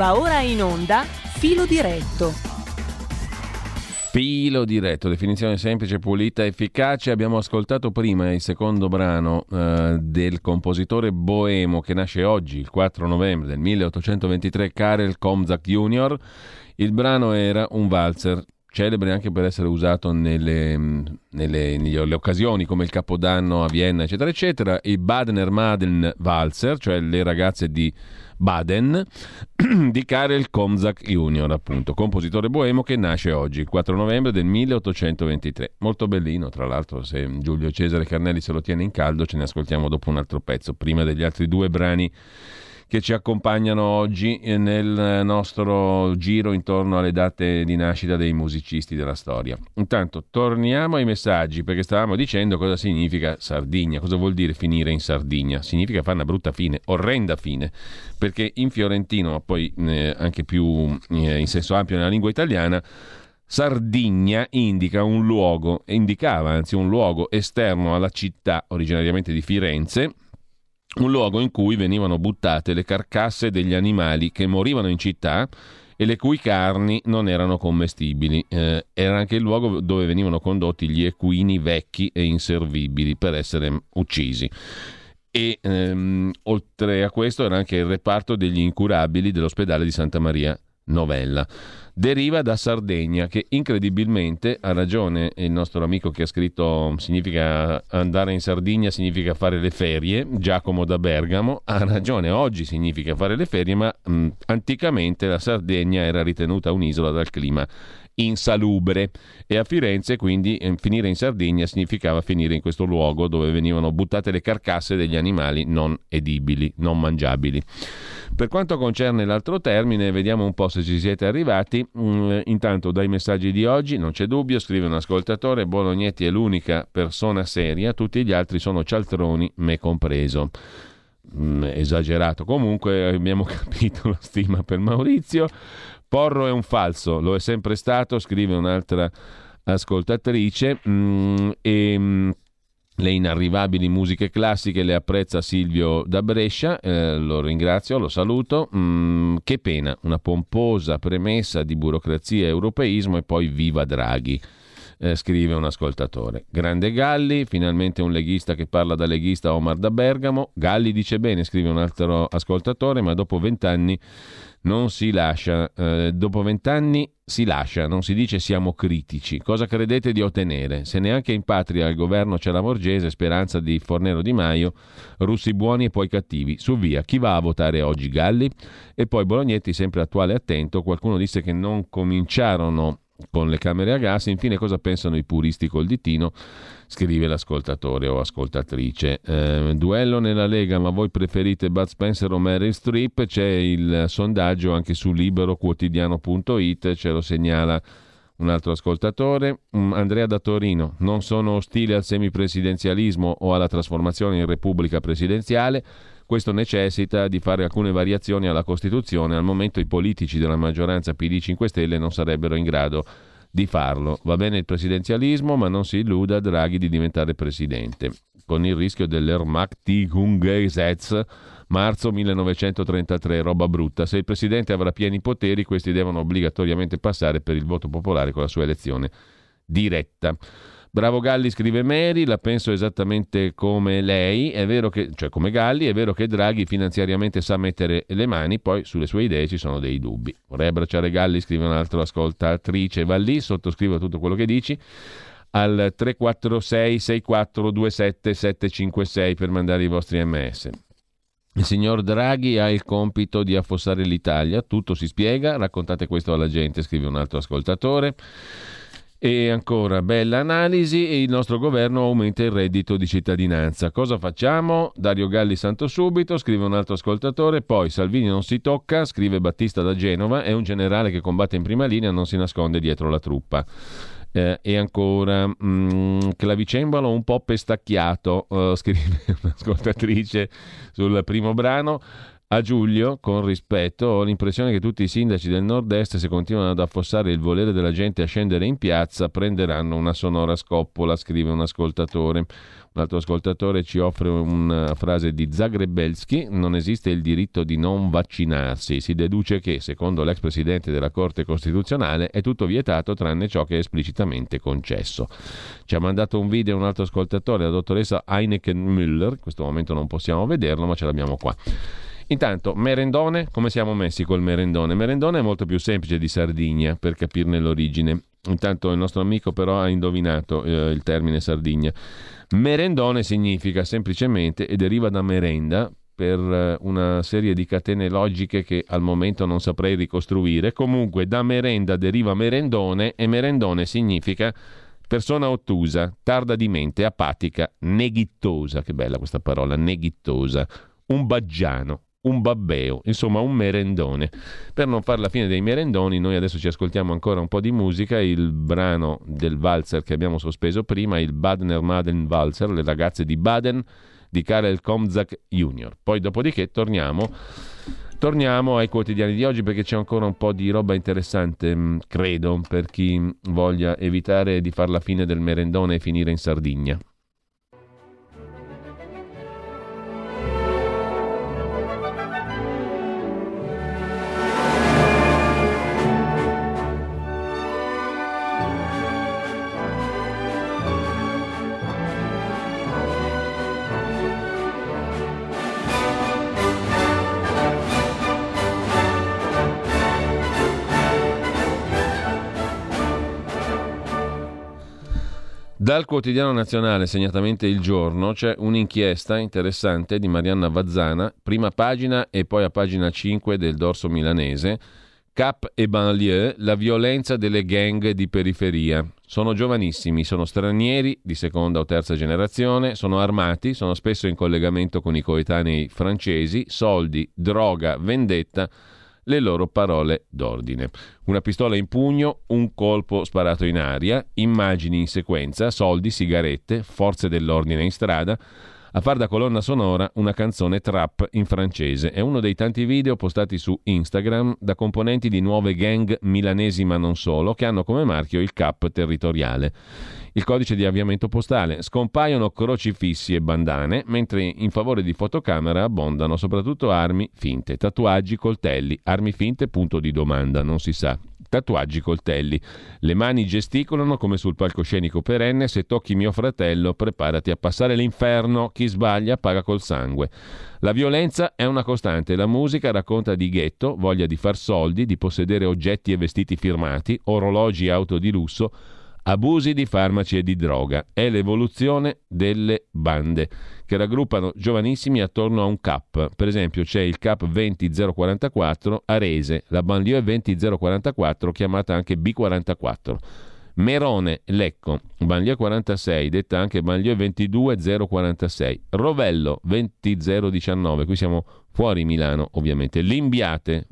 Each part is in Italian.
Va ora in onda Filo Diretto. Filo diretto, definizione semplice, pulita, efficace. Abbiamo ascoltato prima il secondo brano del compositore boemo che nasce oggi, il 4 novembre del 1823, Karel Komzak Jr. Il brano era un valzer, celebre anche per essere usato nelle occasioni come il Capodanno a Vienna, eccetera, eccetera. I Badener Madeln Walzer, cioè le ragazze di Baden, di Karel Komzak Jr., appunto, compositore boemo che nasce oggi, il 4 novembre del 1823. Molto bellino, tra l'altro, se Giulio Cesare Carnelli se lo tiene in caldo, ce ne ascoltiamo dopo un altro pezzo, prima degli altri due brani che ci accompagnano oggi nel nostro giro intorno alle date di nascita dei musicisti della storia. Intanto torniamo ai messaggi, perché stavamo dicendo cosa significa Sardegna, cosa vuol dire finire in Sardegna. Significa fare una brutta fine, orrenda fine, perché in fiorentino, ma poi anche più in senso ampio nella lingua italiana, Sardigna indicava un luogo esterno alla città, originariamente di Firenze, un luogo in cui venivano buttate le carcasse degli animali che morivano in città e le cui carni non erano commestibili. Era anche il luogo dove venivano condotti gli equini vecchi e inservibili per essere uccisi. E oltre a questo era anche il reparto degli incurabili dell'ospedale di Santa Maria Novella. Deriva da Sardegna, che incredibilmente, ha ragione il nostro amico che ha scritto significa andare in Sardegna, significa fare le ferie, Giacomo da Bergamo, ha ragione, oggi significa fare le ferie, ma anticamente la Sardegna era ritenuta un'isola dal clima insalubre e a Firenze quindi finire in Sardegna significava finire in questo luogo dove venivano buttate le carcasse degli animali non edibili, non mangiabili. Per quanto concerne l'altro termine, vediamo un po' se ci siete arrivati. Intanto dai messaggi di oggi, non c'è dubbio, scrive un ascoltatore: Bolognetti è l'unica persona seria, tutti gli altri sono cialtroni, me compreso. Esagerato, comunque abbiamo capito la stima per Maurizio. Porro è un falso, lo è sempre stato, scrive un'altra ascoltatrice, le inarrivabili musiche classiche le apprezza Silvio da Brescia, lo ringrazio, lo saluto. Che pena, una pomposa premessa di burocrazia e europeismo e poi viva Draghi, scrive un ascoltatore. Grande Galli, finalmente un leghista che parla da leghista, Omar da Bergamo. Galli dice bene, scrive un altro ascoltatore, ma dopo 20 anni non si lascia, dopo 20 anni si lascia, non si dice siamo critici. Cosa credete di ottenere? Se neanche in patria al governo c'è la Morgese, Speranza di Fornero Di Maio, russi buoni e poi cattivi. Su via, chi va a votare oggi? Galli? E poi Bolognetti, sempre attuale e attento, qualcuno disse che non cominciarono con le camere a gas. Infine, cosa pensano i puristi col ditino? Scrive l'ascoltatore o ascoltatrice. Duello nella Lega, ma voi preferite Bud Spencer o Meryl Streep? C'è il sondaggio anche su libero-quotidiano.it, ce lo segnala un altro ascoltatore. Andrea da Torino: non sono ostile al semipresidenzialismo o alla trasformazione in repubblica presidenziale. Questo necessita di fare alcune variazioni alla Costituzione. Al momento i politici della maggioranza PD 5 Stelle non sarebbero in grado di farlo. Va bene il presidenzialismo, ma non si illuda Draghi di diventare presidente, con il rischio dell'Ermächtigungsgesetz marzo 1933, roba brutta. Se il presidente avrà pieni poteri, questi devono obbligatoriamente passare per il voto popolare con la sua elezione diretta. Bravo Galli, scrive Mary, la penso esattamente come lei, è vero che, cioè come Galli, è vero che Draghi finanziariamente sa mettere le mani, poi sulle sue idee ci sono dei dubbi. Vorrei abbracciare Galli, scrive un'altra ascoltatrice, va lì, sottoscrivo tutto quello che dici, al 346 6427 756 per mandare i vostri MS. Il signor Draghi ha il compito di affossare l'Italia, tutto si spiega, raccontate questo alla gente, scrive un altro ascoltatore. E ancora, bella analisi, il nostro governo aumenta il reddito di cittadinanza. Cosa facciamo? Dario Galli santo subito, scrive un altro ascoltatore. Poi Salvini non si tocca, scrive Battista da Genova, è un generale che combatte in prima linea, non si nasconde dietro la truppa. E ancora, clavicembalo un po' pestacchiato, scrive un'ascoltatrice sul primo brano. A Giulio, con rispetto, ho l'impressione che tutti i sindaci del nord-est, se continuano ad affossare il volere della gente a scendere in piazza, prenderanno una sonora scoppola, scrive un ascoltatore. Un altro ascoltatore ci offre una frase di Zagrebelski: non esiste il diritto di non vaccinarsi. Si deduce che, secondo l'ex presidente della Corte Costituzionale, è tutto vietato tranne ciò che è esplicitamente concesso. Ci ha mandato un video un altro ascoltatore, la dottoressa Heineken Müller. In questo momento non possiamo vederlo, ma ce l'abbiamo qua. Intanto, merendone, come siamo messi col merendone? Merendone è molto più semplice di Sardigna, per capirne l'origine. Intanto il nostro amico però ha indovinato il termine Sardigna. Merendone significa semplicemente, e deriva da merenda, per una serie di catene logiche che al momento non saprei ricostruire. Comunque da merenda deriva merendone, e merendone significa persona ottusa, tarda di mente, apatica, neghittosa. Che bella questa parola, neghittosa. Un baggiano, un babbeo, insomma un merendone. Per non far la fine dei merendoni, noi adesso ci ascoltiamo ancora un po' di musica. Il brano del valzer che abbiamo sospeso prima, il Badner Madden Walzer, le ragazze di Baden, di Karel Komzak Jr. Poi dopodiché torniamo ai quotidiani di oggi, perché c'è ancora un po' di roba interessante, credo, per chi voglia evitare di far la fine del merendone e finire in Sardegna. Dal Quotidiano Nazionale, segnatamente Il Giorno, c'è un'inchiesta interessante di Marianna Vazzana, prima pagina e poi a pagina 5 del dorso milanese. Cap e banlieue, la violenza delle gang di periferia. Sono giovanissimi, sono stranieri di seconda o terza generazione, sono armati, sono spesso in collegamento con i coetanei francesi, soldi, droga, vendetta, le loro parole d'ordine. Una pistola in pugno, un colpo sparato in aria, immagini in sequenza, soldi, sigarette, forze dell'ordine in strada. A far da colonna sonora una canzone trap in francese. È uno dei tanti video postati su Instagram da componenti di nuove gang milanesi, ma non solo, che hanno come marchio il CAP territoriale. Il codice di avviamento postale. Scompaiono crocifissi e bandane, mentre in favore di fotocamera abbondano soprattutto armi finte, tatuaggi, coltelli. Armi finte, punto di domanda, non si sa. Tatuaggi, coltelli. Le mani gesticolano come sul palcoscenico perenne: se tocchi mio fratello preparati a passare l'inferno, chi sbaglia paga col sangue. La violenza è una costante, la musica racconta di ghetto, voglia di far soldi, di possedere oggetti e vestiti firmati, orologi e auto di lusso, abusi di farmaci e di droga. È l'evoluzione delle bande che raggruppano giovanissimi attorno a un CAP. Per esempio c'è il CAP 20044 Arese, la banlieue 20044 chiamata anche B44. Merone, Lecco, banlieue 46, detta anche banlieue 22046. Rovello 20019, qui siamo fuori Milano ovviamente. Limbiate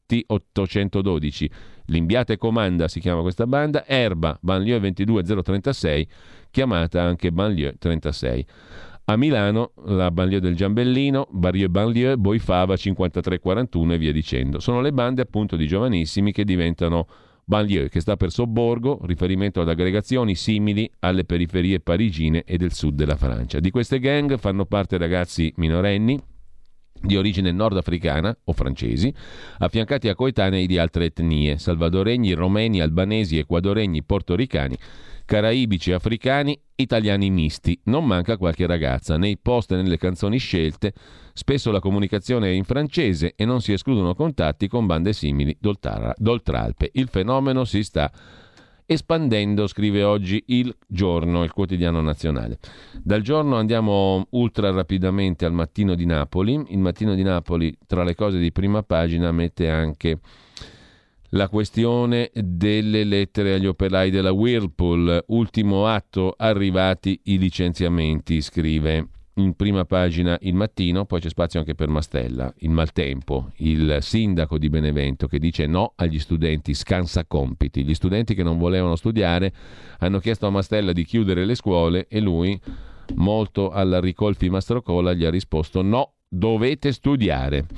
20812, Limbiate Comanda si chiama questa banda. Erba, banlieue 22036, chiamata anche banlieue 36. A Milano la banlieue del Giambellino, Barrieux Banlieue, Boifava 5341 e via dicendo. Sono le bande appunto di giovanissimi che diventano banlieue, che sta per sobborgo, riferimento ad aggregazioni simili alle periferie parigine e del sud della Francia. Di queste gang fanno parte ragazzi minorenni di origine nordafricana o francesi, affiancati a coetanei di altre etnie, salvadoregni, romeni, albanesi, ecuadoregni, portoricani, caraibici, africani, italiani misti. Non manca qualche ragazza. Nei post e nelle canzoni scelte spesso la comunicazione è in francese e non si escludono contatti con bande simili d'Oltralpe. Il fenomeno si sta espandendo, scrive oggi Il Giorno, il quotidiano nazionale. Dal Giorno andiamo ultra rapidamente al Mattino di Napoli. Il Mattino di Napoli, tra le cose di prima pagina, mette anche la questione delle lettere agli operai della Whirlpool. Ultimo atto, arrivati i licenziamenti, scrive in prima pagina Il Mattino. Poi c'è spazio anche per Mastella, il Maltempo, il sindaco di Benevento, che dice no agli studenti scansacompiti. Gli studenti che non volevano studiare hanno chiesto a Mastella di chiudere le scuole e lui, molto alla Ricolfi Mastrocola, gli ha risposto no, dovete studiare.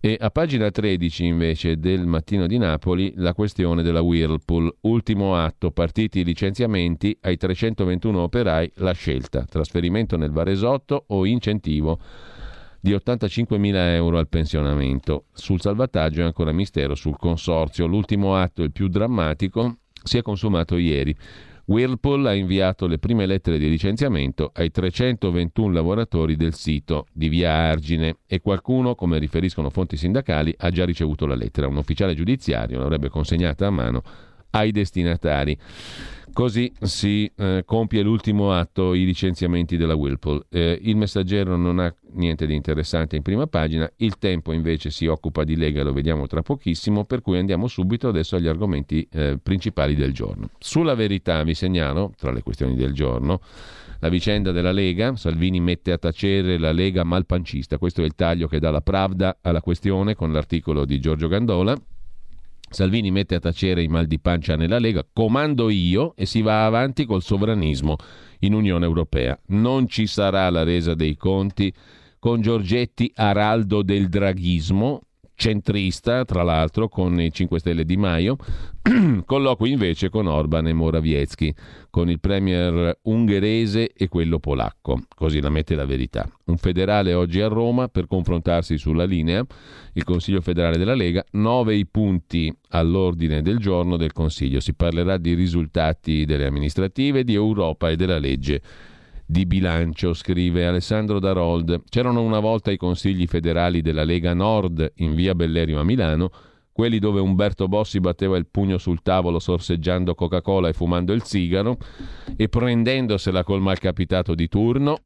E a pagina 13 invece del Mattino di Napoli la questione della Whirlpool, ultimo atto, partiti i licenziamenti, ai 321 operai la scelta, trasferimento nel Varesotto o incentivo di 85.000 euro al pensionamento. Sul salvataggio è ancora mistero sul consorzio, l'ultimo atto, il più drammatico, si è consumato ieri. Whirlpool ha inviato le prime lettere di licenziamento ai 321 lavoratori del sito di Via Argine e qualcuno, come riferiscono fonti sindacali, ha già ricevuto la lettera. Un ufficiale giudiziario l'avrebbe consegnata a mano ai destinatari. Così si compie l'ultimo atto, i licenziamenti della Whirlpool. Il Messaggero non ha niente di interessante in prima pagina, il Tempo invece si occupa di Lega, lo vediamo tra pochissimo, per cui andiamo subito adesso agli argomenti principali del giorno. Sulla Verità vi segnalo, tra le questioni del giorno, la vicenda della Lega. Salvini mette a tacere la Lega malpancista, questo è il taglio che dà la Pravda alla questione con l'articolo di Giorgio Gandola. Salvini mette a tacere i mal di pancia nella Lega, comando io e si va avanti col sovranismo in Unione Europea. Non ci sarà la resa dei conti con Giorgetti araldo del draghismo, centrista tra l'altro con i 5 Stelle Di Maio, colloqui invece con Orban e Morawiecki, con il premier ungherese e quello polacco, così la mette la Verità. Un federale oggi a Roma per confrontarsi sulla linea, il Consiglio federale della Lega, 9 i punti all'ordine del giorno del Consiglio, si parlerà di risultati delle amministrative, di Europa e della legge di bilancio, scrive Alessandro Darold. C'erano una volta i consigli federali della Lega Nord in via Bellerio a Milano, quelli dove Umberto Bossi batteva il pugno sul tavolo sorseggiando Coca-Cola e fumando il sigaro e prendendosela col malcapitato di turno.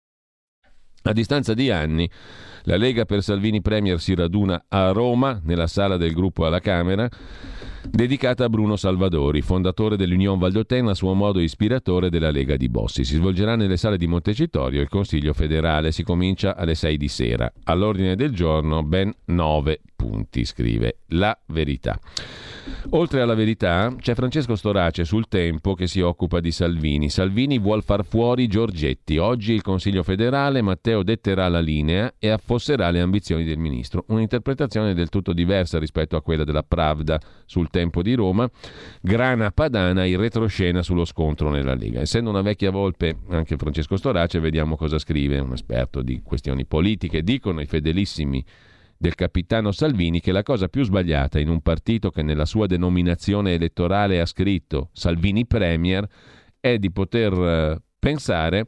A distanza di anni, la Lega per Salvini Premier si raduna a Roma, nella sala del gruppo alla Camera, dedicata a Bruno Salvadori, fondatore dell'Union Valdôtaine, a suo modo ispiratore della Lega di Bossi. Si svolgerà nelle sale di Montecitorio il Consiglio federale. Si comincia alle 6 di sera. All'ordine del giorno ben 9 punti, scrive La Verità. Oltre alla Verità c'è Francesco Storace sul Tempo che si occupa di Salvini. Salvini vuol far fuori Giorgetti. Oggi il Consiglio federale, Matteo detterà la linea e affosserà le ambizioni del ministro. Un'interpretazione del tutto diversa rispetto a quella della Pravda sul Tempo di Roma. Grana padana in retroscena sullo scontro nella Lega. Essendo una vecchia volpe anche Francesco Storace, vediamo cosa scrive, un esperto di questioni politiche. Dicono i fedelissimi del capitano Salvini che la cosa più sbagliata in un partito che nella sua denominazione elettorale ha scritto Salvini Premier è di poter pensare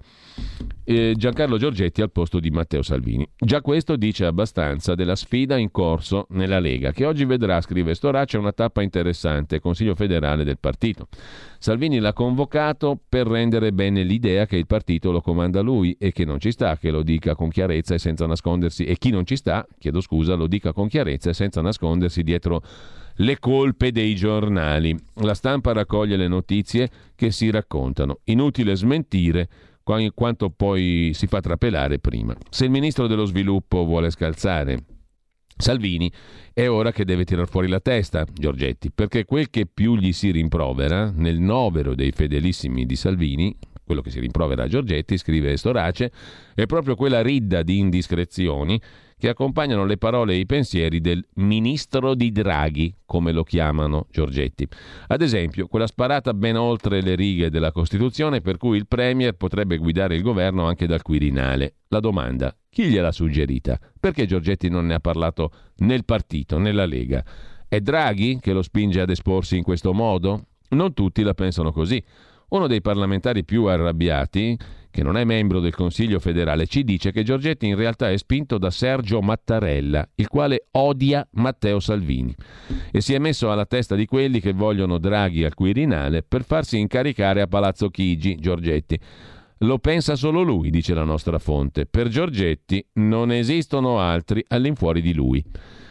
Giancarlo Giorgetti al posto di Matteo Salvini. Già questo dice abbastanza della sfida in corso nella Lega, che oggi vedrà, scrive Storace, una tappa interessante, Consiglio federale del partito. Salvini l'ha convocato per rendere bene l'idea che il partito lo comanda lui e che non ci sta che lo dica con chiarezza e senza nascondersi, e chi non ci sta, chiedo scusa, lo dica con chiarezza e senza nascondersi dietro le colpe dei giornali. La stampa raccoglie le notizie che si raccontano. Inutile smentire quanto poi si fa trapelare prima. Se il ministro dello sviluppo vuole scalzare Salvini, è ora che deve tirar fuori la testa Giorgetti, perché quel che più gli si rimprovera nel novero dei fedelissimi di Salvini, quello che si rimprovera a Giorgetti, scrive Storace, è proprio quella ridda di indiscrezioni che accompagnano le parole e i pensieri del ministro di Draghi, come lo chiamano Giorgetti. Ad esempio, quella sparata ben oltre le righe della Costituzione per cui il Premier potrebbe guidare il governo anche dal Quirinale. La domanda: chi gliel'ha suggerita? Perché Giorgetti non ne ha parlato nel partito, nella Lega? È Draghi che lo spinge ad esporsi in questo modo? Non tutti la pensano così. Uno dei parlamentari più arrabbiati, che non è membro del Consiglio federale, ci dice che Giorgetti in realtà è spinto da Sergio Mattarella, il quale odia Matteo Salvini e si è messo alla testa di quelli che vogliono Draghi al Quirinale per farsi incaricare a Palazzo Chigi. Giorgetti lo pensa solo lui, dice la nostra fonte. Per Giorgetti non esistono altri all'infuori di lui.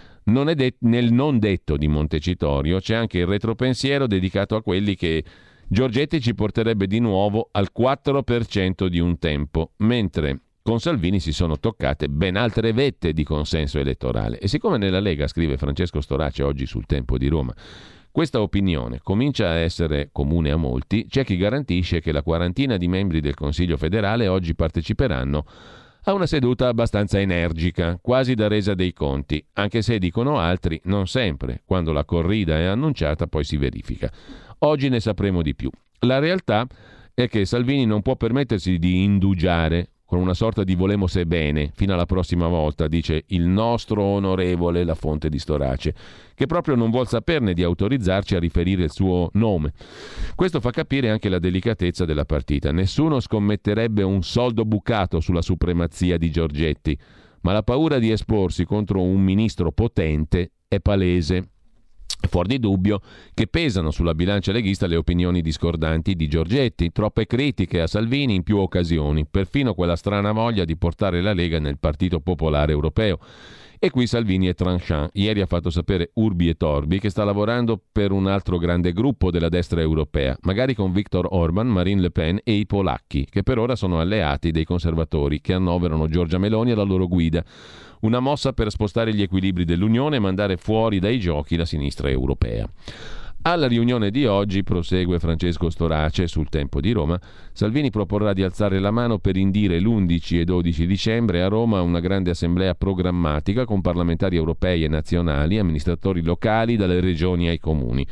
Nel non detto di Montecitorio c'è anche il retropensiero dedicato a quelli che Giorgetti ci porterebbe di nuovo al 4% di un tempo, mentre con Salvini si sono toccate ben altre vette di consenso elettorale. E siccome nella Lega, scrive Francesco Storace oggi sul Tempo di Roma, questa opinione comincia a essere comune a molti, c'è chi garantisce che la quarantina di membri del Consiglio federale oggi parteciperanno a una seduta abbastanza energica, quasi da resa dei conti, anche se dicono altri, non sempre, quando la corrida è annunciata poi si verifica. Oggi ne sapremo di più. La realtà è che Salvini non può permettersi di indugiare con una sorta di volemo-se bene fino alla prossima volta, dice il nostro onorevole, la fonte di Storace, che proprio non vuol saperne di autorizzarci a riferire il suo nome. Questo fa capire anche la delicatezza della partita. Nessuno scommetterebbe un soldo bucato sulla supremazia di Giorgetti, ma la paura di esporsi contro un ministro potente è palese. Fuor di dubbio che pesano sulla bilancia leghista le opinioni discordanti di Giorgetti, troppe critiche a Salvini in più occasioni, perfino quella strana voglia di portare la Lega nel Partito Popolare Europeo. E qui Salvini è tranchant. Ieri ha fatto sapere Urbi e Torbi che sta lavorando per un altro grande gruppo della destra europea, magari con Viktor Orban, Marine Le Pen e i polacchi, che per ora sono alleati dei conservatori, che annoverano Giorgia Meloni alla loro guida. Una mossa per spostare gli equilibri dell'Unione e mandare fuori dai giochi la sinistra europea. Alla riunione di oggi, prosegue Francesco Storace sul Tempo di Roma, Salvini proporrà di alzare la mano per indire l'11 e 12 dicembre a Roma una grande assemblea programmatica con parlamentari europei e nazionali, amministratori locali dalle regioni ai comuni.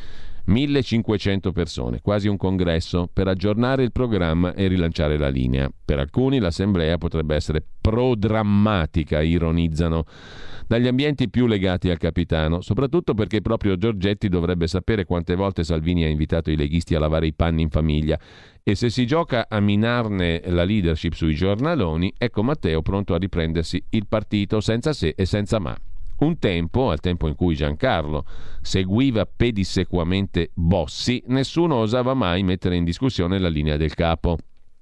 1500 persone, quasi un congresso, per aggiornare il programma e rilanciare la linea. Per alcuni l'assemblea potrebbe essere prodrammatica, ironizzano, dagli ambienti più legati al capitano, soprattutto perché proprio Giorgetti dovrebbe sapere quante volte Salvini ha invitato i leghisti a lavare i panni in famiglia, e se si gioca a minarne la leadership sui giornaloni, ecco Matteo pronto a riprendersi il partito senza se e senza ma. Un tempo, al tempo in cui Giancarlo seguiva pedissequamente Bossi, nessuno osava mai mettere in discussione la linea del capo.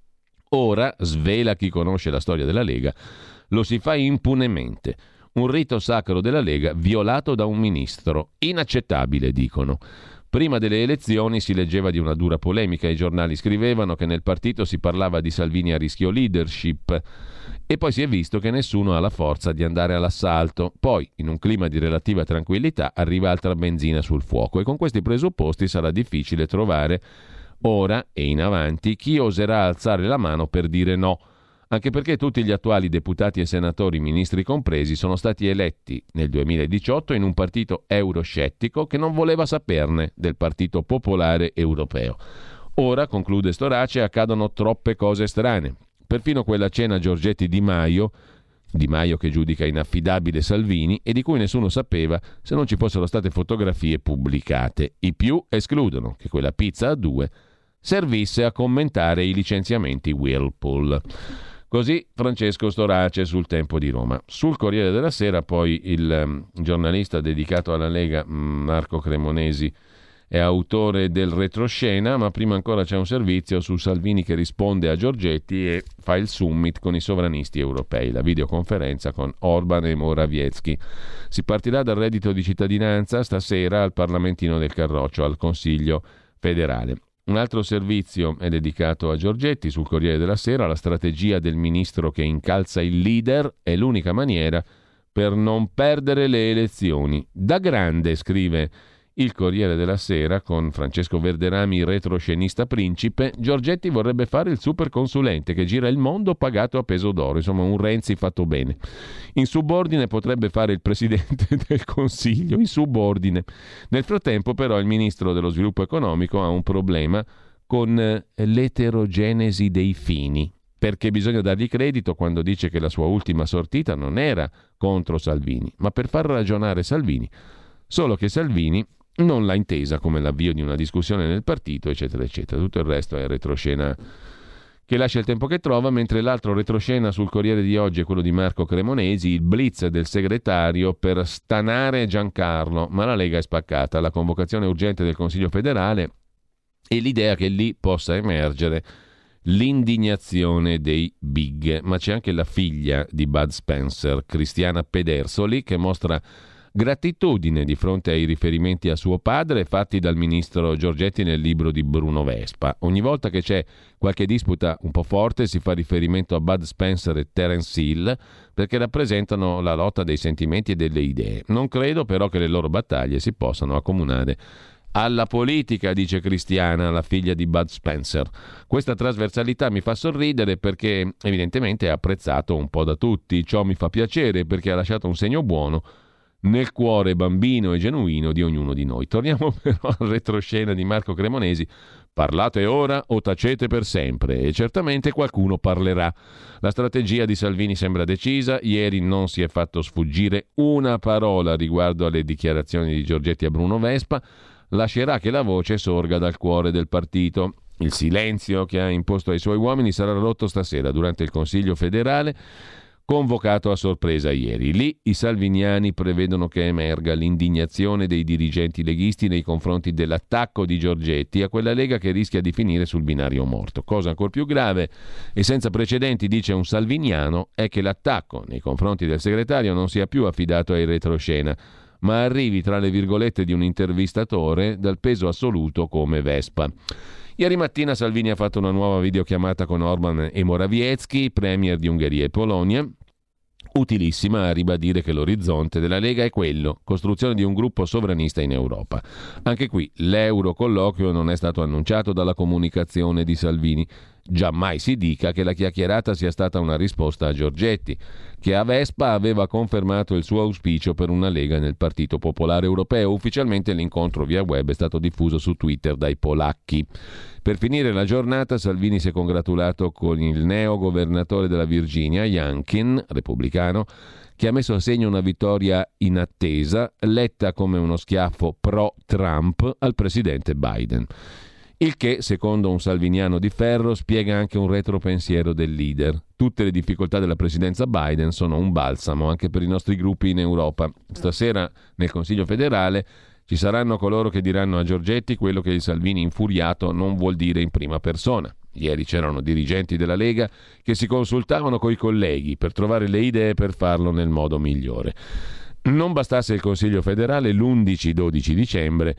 Ora, svela chi conosce la storia della Lega, lo si fa impunemente. Un rito sacro della Lega violato da un ministro. Inaccettabile, dicono. Prima delle elezioni si leggeva di una dura polemica, i giornali scrivevano che nel partito si parlava di Salvini a rischio leadership e poi si è visto che nessuno ha la forza di andare all'assalto. Poi, in un clima di relativa tranquillità, arriva altra benzina sul fuoco e con questi presupposti sarà difficile trovare ora e in avanti chi oserà alzare la mano per dire no. Anche perché tutti gli attuali deputati e senatori, ministri compresi, sono stati eletti nel 2018 in un partito euroscettico che non voleva saperne del Partito Popolare Europeo. Ora, conclude Storace, accadono troppe cose strane. Perfino quella cena Giorgetti-Di Maio che giudica inaffidabile Salvini e di cui nessuno sapeva se non ci fossero state fotografie pubblicate. I più escludono che quella pizza a due servisse a commentare i licenziamenti Whirlpool. Così Francesco Storace sul Tempo di Roma. Sul Corriere della Sera poi il giornalista dedicato alla Lega, Marco Cremonesi, è autore del retroscena, ma prima ancora c'è un servizio su Salvini che risponde a Giorgetti e fa il summit con i sovranisti europei, la videoconferenza con Orban e Morawiecki. Si partirà dal reddito di cittadinanza stasera al Parlamentino del Carroccio, al Consiglio federale. Un altro servizio è dedicato a Giorgetti sul Corriere della Sera, la strategia del ministro che incalza il leader è l'unica maniera per non perdere le elezioni. Da grande, scrive il Corriere della Sera, con Francesco Verderami, retroscenista principe, Giorgetti vorrebbe fare il superconsulente che gira il mondo pagato a peso d'oro, insomma un Renzi fatto bene. In subordine potrebbe fare il presidente del Consiglio, in subordine. Nel frattempo però il ministro dello sviluppo economico ha un problema con l'eterogenesi dei fini, perché bisogna dargli credito quando dice che la sua ultima sortita non era contro Salvini, ma per far ragionare Salvini, solo che Salvini non l'ha intesa come l'avvio di una discussione nel partito, eccetera, eccetera. Tutto il resto è retroscena che lascia il tempo che trova, mentre l'altro retroscena sul Corriere di oggi è quello di Marco Cremonesi, il blitz del segretario per stanare Giancarlo, ma la Lega è spaccata, la convocazione urgente del Consiglio federale e l'idea che lì possa emergere l'indignazione dei big. Ma c'è anche la figlia di Bud Spencer, Cristiana Pedersoli, che mostra gratitudine di fronte ai riferimenti a suo padre fatti dal ministro Giorgetti nel libro di Bruno Vespa. Ogni volta che c'è qualche disputa un po' forte si fa riferimento a Bud Spencer e Terence Hill perché rappresentano la lotta dei sentimenti e delle idee. Non credo però che le loro battaglie si possano accomunare alla politica, dice Cristiana, la figlia di Bud Spencer. Questa trasversalità mi fa sorridere perché evidentemente è apprezzato un po' da tutti. Ciò mi fa piacere perché ha lasciato un segno buono nel cuore bambino e genuino di ognuno di noi. Torniamo però al retroscena di Marco Cremonesi. Parlate ora o tacete per sempre, e certamente qualcuno parlerà. La strategia di Salvini sembra decisa. Ieri non si è fatto sfuggire una parola riguardo alle dichiarazioni di Giorgetti a Bruno Vespa. Lascerà che la voce sorga dal cuore del partito. Il silenzio che ha imposto ai suoi uomini sarà rotto stasera durante il Consiglio federale, convocato a sorpresa ieri. Lì i salviniani prevedono che emerga l'indignazione dei dirigenti leghisti nei confronti dell'attacco di Giorgetti a quella Lega che rischia di finire sul binario morto. Cosa ancor più grave e senza precedenti, dice un salviniano, è che l'attacco nei confronti del segretario non sia più affidato ai retroscena, ma arrivi tra le virgolette di un intervistatore dal peso assoluto come Vespa. Ieri mattina Salvini ha fatto una nuova videochiamata con Orban e Morawiecki, premier di Ungheria e Polonia, utilissima a ribadire che l'orizzonte della Lega è quello, costruzione di un gruppo sovranista in Europa. Anche qui l'eurocolloquio non è stato annunciato dalla comunicazione di Salvini. Giammai si dica che la chiacchierata sia stata una risposta a Giorgetti, che a Vespa aveva confermato il suo auspicio per una Lega nel Partito Popolare Europeo. Ufficialmente l'incontro via web è stato diffuso su Twitter dai polacchi. Per finire la giornata Salvini si è congratulato con il neo governatore della Virginia, Youngkin, repubblicano, che ha messo a segno una vittoria inattesa, letta come uno schiaffo pro-Trump al presidente Biden. Il che, secondo un salviniano di ferro, spiega anche un retropensiero del leader. Tutte le difficoltà della presidenza Biden sono un balsamo anche per i nostri gruppi in Europa. Stasera nel Consiglio federale ci saranno coloro che diranno a Giorgetti quello che il Salvini infuriato non vuol dire in prima persona. Ieri c'erano dirigenti della Lega che si consultavano coi colleghi per trovare le idee per farlo nel modo migliore. Non bastasse il Consiglio federale, l'11-12 dicembre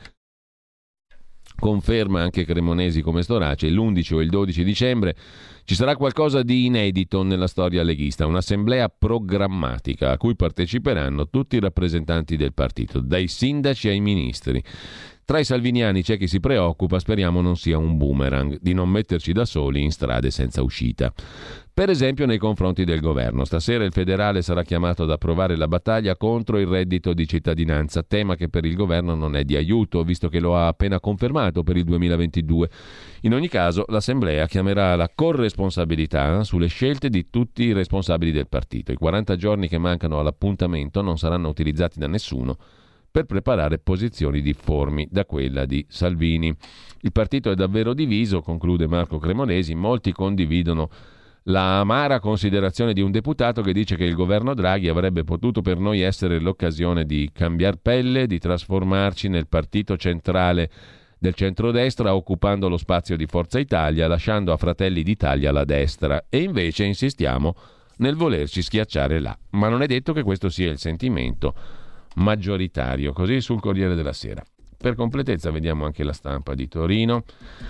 conferma anche Cremonesi come Storace, l'11 o il 12 dicembre ci sarà qualcosa di inedito nella storia leghista, un'assemblea programmatica a cui parteciperanno tutti i rappresentanti del partito, dai sindaci ai ministri. Tra i salviniani c'è chi si preoccupa, speriamo non sia un boomerang, di non metterci da soli in strade senza uscita. Per esempio nei confronti del governo. Stasera il federale sarà chiamato ad approvare la battaglia contro il reddito di cittadinanza, tema che per il governo non è di aiuto, visto che lo ha appena confermato per il 2022. In ogni caso, l'Assemblea chiamerà la corresponsabilità sulle scelte di tutti i responsabili del partito. I 40 giorni che mancano all'appuntamento non saranno utilizzati da nessuno per preparare posizioni difformi da quella di Salvini. Il partito è davvero diviso, conclude Marco Cremonesi, molti condividono la amara considerazione di un deputato che dice che il governo Draghi avrebbe potuto per noi essere l'occasione di cambiar pelle, di trasformarci nel partito centrale del centrodestra occupando lo spazio di Forza Italia, lasciando a Fratelli d'Italia la destra, e invece insistiamo nel volerci schiacciare là. Ma non è detto che questo sia il sentimento maggioritario, così sul Corriere della Sera. Per completezza vediamo anche La Stampa di Torino.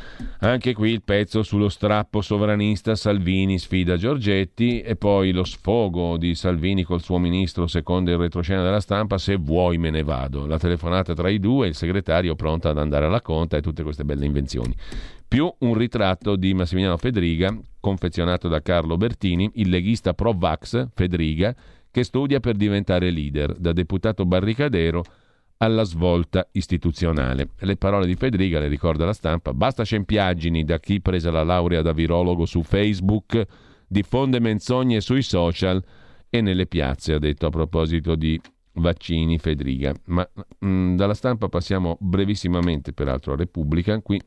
Anche qui il pezzo sullo strappo sovranista, Salvini sfida Giorgetti, e poi lo sfogo di Salvini col suo ministro, secondo il retroscena della Stampa: se vuoi me ne vado. La telefonata tra i due, il segretario pronto ad andare alla conta e tutte queste belle invenzioni. Più un ritratto di Massimiliano Fedriga, confezionato da Carlo Bertini, il leghista pro-vax Fedriga, che studia per diventare leader, da deputato barricadero alla svolta istituzionale. Le parole di Fedriga, le ricorda La Stampa: basta scempiaggini da chi, presa la laurea da virologo su Facebook, diffonde menzogne sui social e nelle piazze, ha detto a proposito di vaccini Fedriga. Ma dalla Stampa passiamo brevissimamente peraltro a Repubblica. Qui,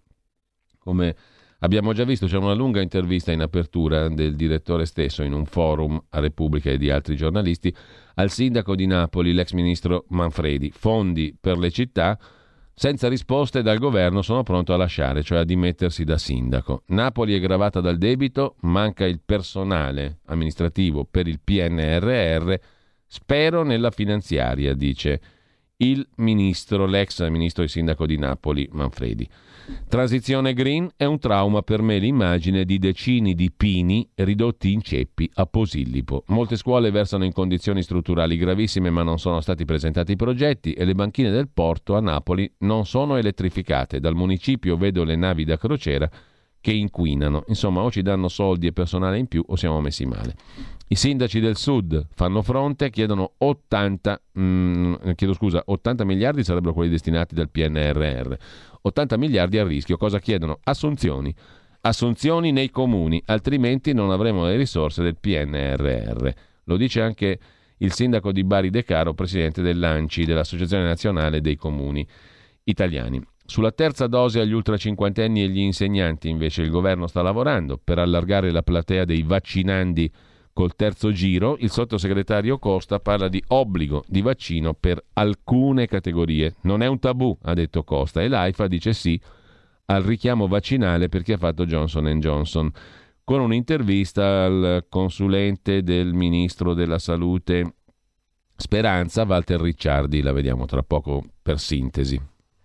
come abbiamo già visto, c'è una lunga intervista in apertura del direttore stesso in un forum a Repubblica e di altri giornalisti al sindaco di Napoli, l'ex ministro Manfredi. Fondi per le città, senza risposte dal governo, sono pronto a lasciare, cioè a dimettersi da sindaco. Napoli è gravata dal debito, manca il personale amministrativo per il PNRR, spero nella finanziaria, dice l'ex ministro e sindaco di Napoli Manfredi. Transizione green è un trauma per me l'immagine di decine di pini ridotti in ceppi a Posillipo. Molte scuole versano in condizioni strutturali gravissime ma non sono stati presentati i progetti e le banchine del porto a Napoli non sono elettrificate. Dal municipio vedo le navi da crociera che inquinano. Insomma, o ci danno soldi e personale in più o siamo messi male. I sindaci del sud fanno fronte, chiedono 80 miliardi sarebbero quelli destinati dal PNRR. 80 miliardi a rischio. Cosa chiedono? Assunzioni nei comuni, altrimenti non avremo le risorse del PNRR. Lo dice anche il sindaco di Bari De Caro, presidente dell'ANCI, dell'Associazione Nazionale dei Comuni Italiani. Sulla terza dose agli ultracinquantenni e gli insegnanti invece il governo sta lavorando per allargare la platea dei vaccinandi col terzo giro. Il sottosegretario Costa parla di obbligo di vaccino per alcune categorie. Non è un tabù, ha detto Costa, e l'AIFA dice sì al richiamo vaccinale per chi ha fatto Johnson & Johnson. Con un'intervista al consulente del ministro della Salute Speranza, Walter Ricciardi, la vediamo tra poco per sintesi.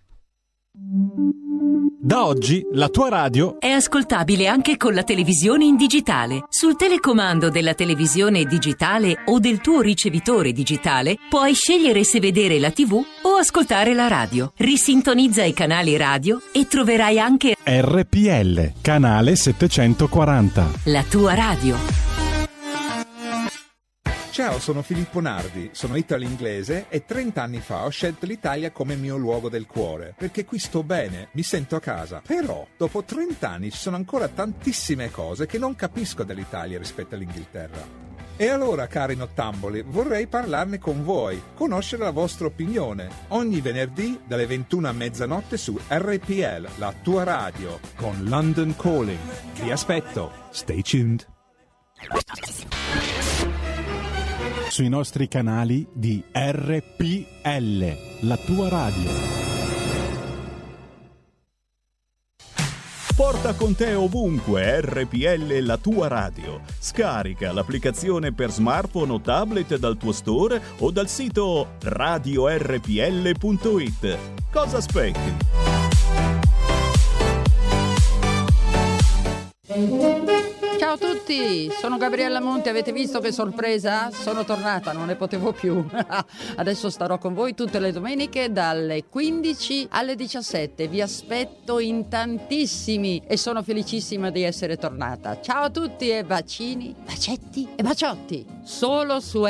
Da oggi la tua radio è ascoltabile anche con la televisione in digitale. Sul telecomando della televisione digitale o del tuo ricevitore digitale puoi scegliere se vedere la TV o ascoltare la radio. Risintonizza i canali radio e troverai anche RPL, canale 740. La tua radio. Ciao, sono Filippo Nardi, sono italo-inglese e 30 anni fa ho scelto l'Italia come mio luogo del cuore, perché qui sto bene, mi sento a casa. Però, dopo 30 anni ci sono ancora tantissime cose che non capisco dell'Italia rispetto all'Inghilterra. E allora, cari nottamboli, vorrei parlarne con voi, conoscere la vostra opinione. Ogni venerdì dalle 21 a mezzanotte su RPL, la tua radio, con London Calling. Vi aspetto. Stay tuned. Sui nostri canali di RPL, la tua radio. Porta con te ovunque RPL, la tua radio. Scarica l'applicazione per smartphone o tablet dal tuo store o dal sito radiorpl.it. Cosa aspetti? Ciao a tutti, sono Gabriella Monti, avete visto che sorpresa? Sono tornata, non ne potevo più. Adesso starò con voi tutte le domeniche dalle 15 alle 17, vi aspetto in tantissimi e sono felicissima di essere tornata. Ciao a tutti e bacini, bacetti e baciotti, solo su